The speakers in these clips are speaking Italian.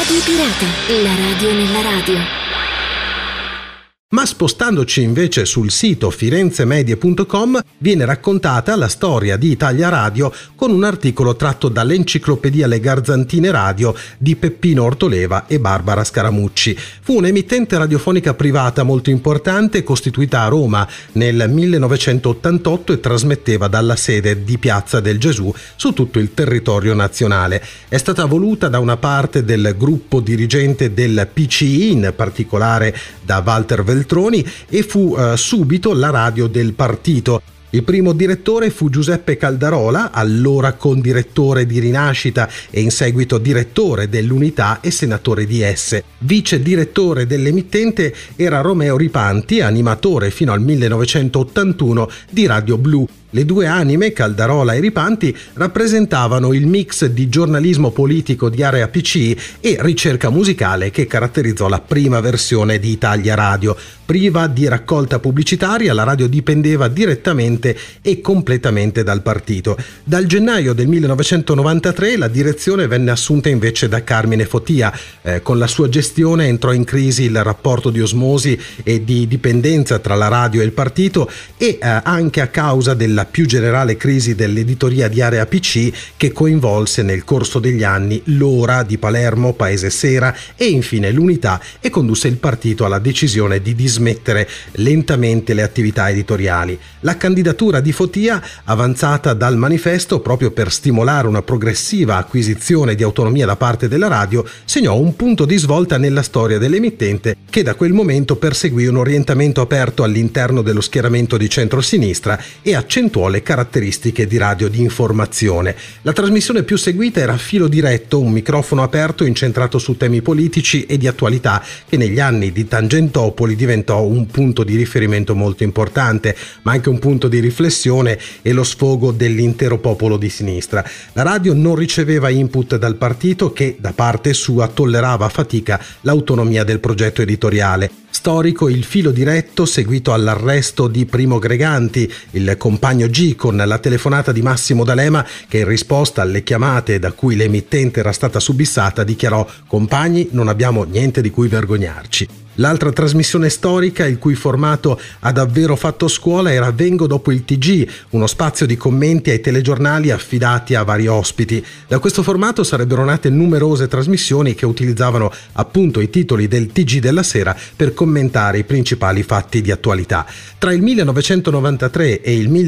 Radio Pirata, la radio nella radio. Ma spostandoci invece sul sito firenzemedie.com viene raccontata la storia di Italia Radio con un articolo tratto dall'Enciclopedia Le Garzantine Radio di Peppino Ortoleva e Barbara Scaramucci. Fu un'emittente radiofonica privata molto importante costituita a Roma nel 1988 e trasmetteva dalla sede di Piazza del Gesù su tutto il territorio nazionale. È stata voluta da una parte del gruppo dirigente del PCI, in particolare da Walter Veltroni, e fu subito la radio del partito. Il primo direttore fu Giuseppe Caldarola, allora condirettore di Rinascita e in seguito direttore dell'Unità e senatore di esse. Vice direttore dell'emittente era Romeo Ripanti, animatore fino al 1981 di Radio Blu. Le due anime, Caldarola e Ripanti, rappresentavano il mix di giornalismo politico di area PC e ricerca musicale che caratterizzò la prima versione di Italia Radio. Priva di raccolta pubblicitaria, la radio dipendeva direttamente e completamente dal partito. Dal gennaio del 1993 la direzione venne assunta invece da Carmine Fotia. Con la sua gestione entrò in crisi il rapporto di osmosi e di dipendenza tra la radio e il partito e anche a causa della più generale crisi dell'editoria di area PC che coinvolse nel corso degli anni l'Ora di Palermo, Paese Sera e infine l'Unità e condusse il partito alla decisione di dismettere lentamente le attività editoriali. La candidatura di Fotia, avanzata dal manifesto proprio per stimolare una progressiva acquisizione di autonomia da parte della radio, segnò un punto di svolta nella storia dell'emittente che da quel momento perseguì un orientamento aperto all'interno dello schieramento di centrosinistra e accentuò le caratteristiche di radio di informazione. La trasmissione più seguita era Filo Diretto, un microfono aperto incentrato su temi politici e di attualità che negli anni di Tangentopoli diventò un punto di riferimento molto importante, ma anche un punto di riflessione e lo sfogo dell'intero popolo di sinistra. La radio non riceveva input dal partito che, da parte sua, tollerava a fatica l'autonomia del progetto editoriale. Storico il Filo Diretto seguito all'arresto di Primo Greganti, il compagno G, con la telefonata di Massimo D'Alema che in risposta alle chiamate da cui l'emittente era stata subissata dichiarò: "Compagni, non abbiamo niente di cui vergognarci". L'altra trasmissione storica, il cui formato ha davvero fatto scuola, era Vengo dopo il TG, uno spazio di commenti ai telegiornali affidati a vari ospiti. Da questo formato sarebbero nate numerose trasmissioni che utilizzavano appunto i titoli del TG della sera per commentare i principali fatti di attualità. Tra il 1993 e il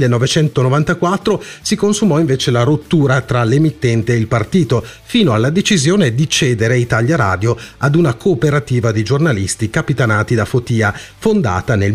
1994 si consumò invece la rottura tra l'emittente e il partito, fino alla decisione di cedere Italia Radio ad una cooperativa di giornalisti capitanati da Fotia, fondata nel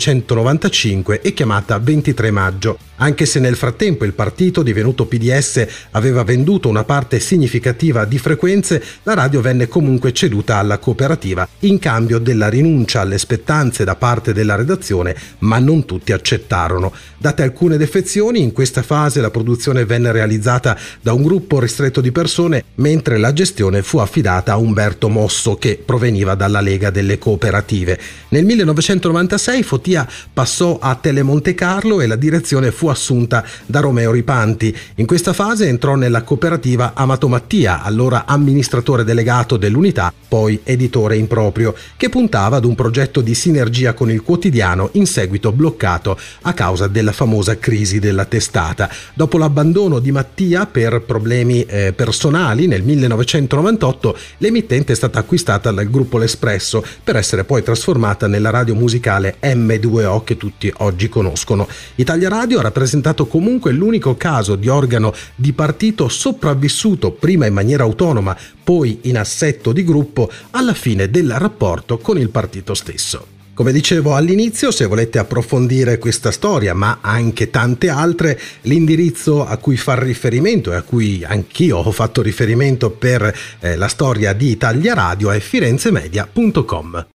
1995 e chiamata 23 Maggio. Anche se nel frattempo il partito, divenuto PDS, aveva venduto una parte significativa di frequenze, la radio venne comunque ceduta alla cooperativa in cambio della rinuncia alle spettanze da parte della redazione, ma non tutti accettarono. Date alcune defezioni, in questa fase la produzione venne realizzata da un gruppo ristretto di persone, mentre la gestione fu affidata a Umberto Mosso, che proveniva dalla Lega delle Cooperative. Nel 1996 Fotia passò a Telemonte Carlo e la direzione fu assunta da Romeo Ripanti. In questa fase entrò nella cooperativa Amato Mattia, allora amministratore delegato dell'Unità, poi editore in proprio, che puntava ad un progetto di sinergia con il quotidiano, in seguito bloccato a causa della famosa crisi della testata. Dopo l'abbandono di Mattia per problemi personali nel 1998, l'emittente è stata acquistata dal gruppo L'Espresso per essere poi trasformata nella radio musicale M2O che tutti oggi conoscono. Italia Radio ha rappresentato comunque l'unico caso di organo di partito sopravvissuto, prima in maniera autonoma, poi in assetto di gruppo, alla fine del rapporto con il partito stesso. Come dicevo all'inizio, se volete approfondire questa storia, ma anche tante altre, l'indirizzo a cui far riferimento e a cui anch'io ho fatto riferimento per la storia di Italia Radio è firenzemedie.com.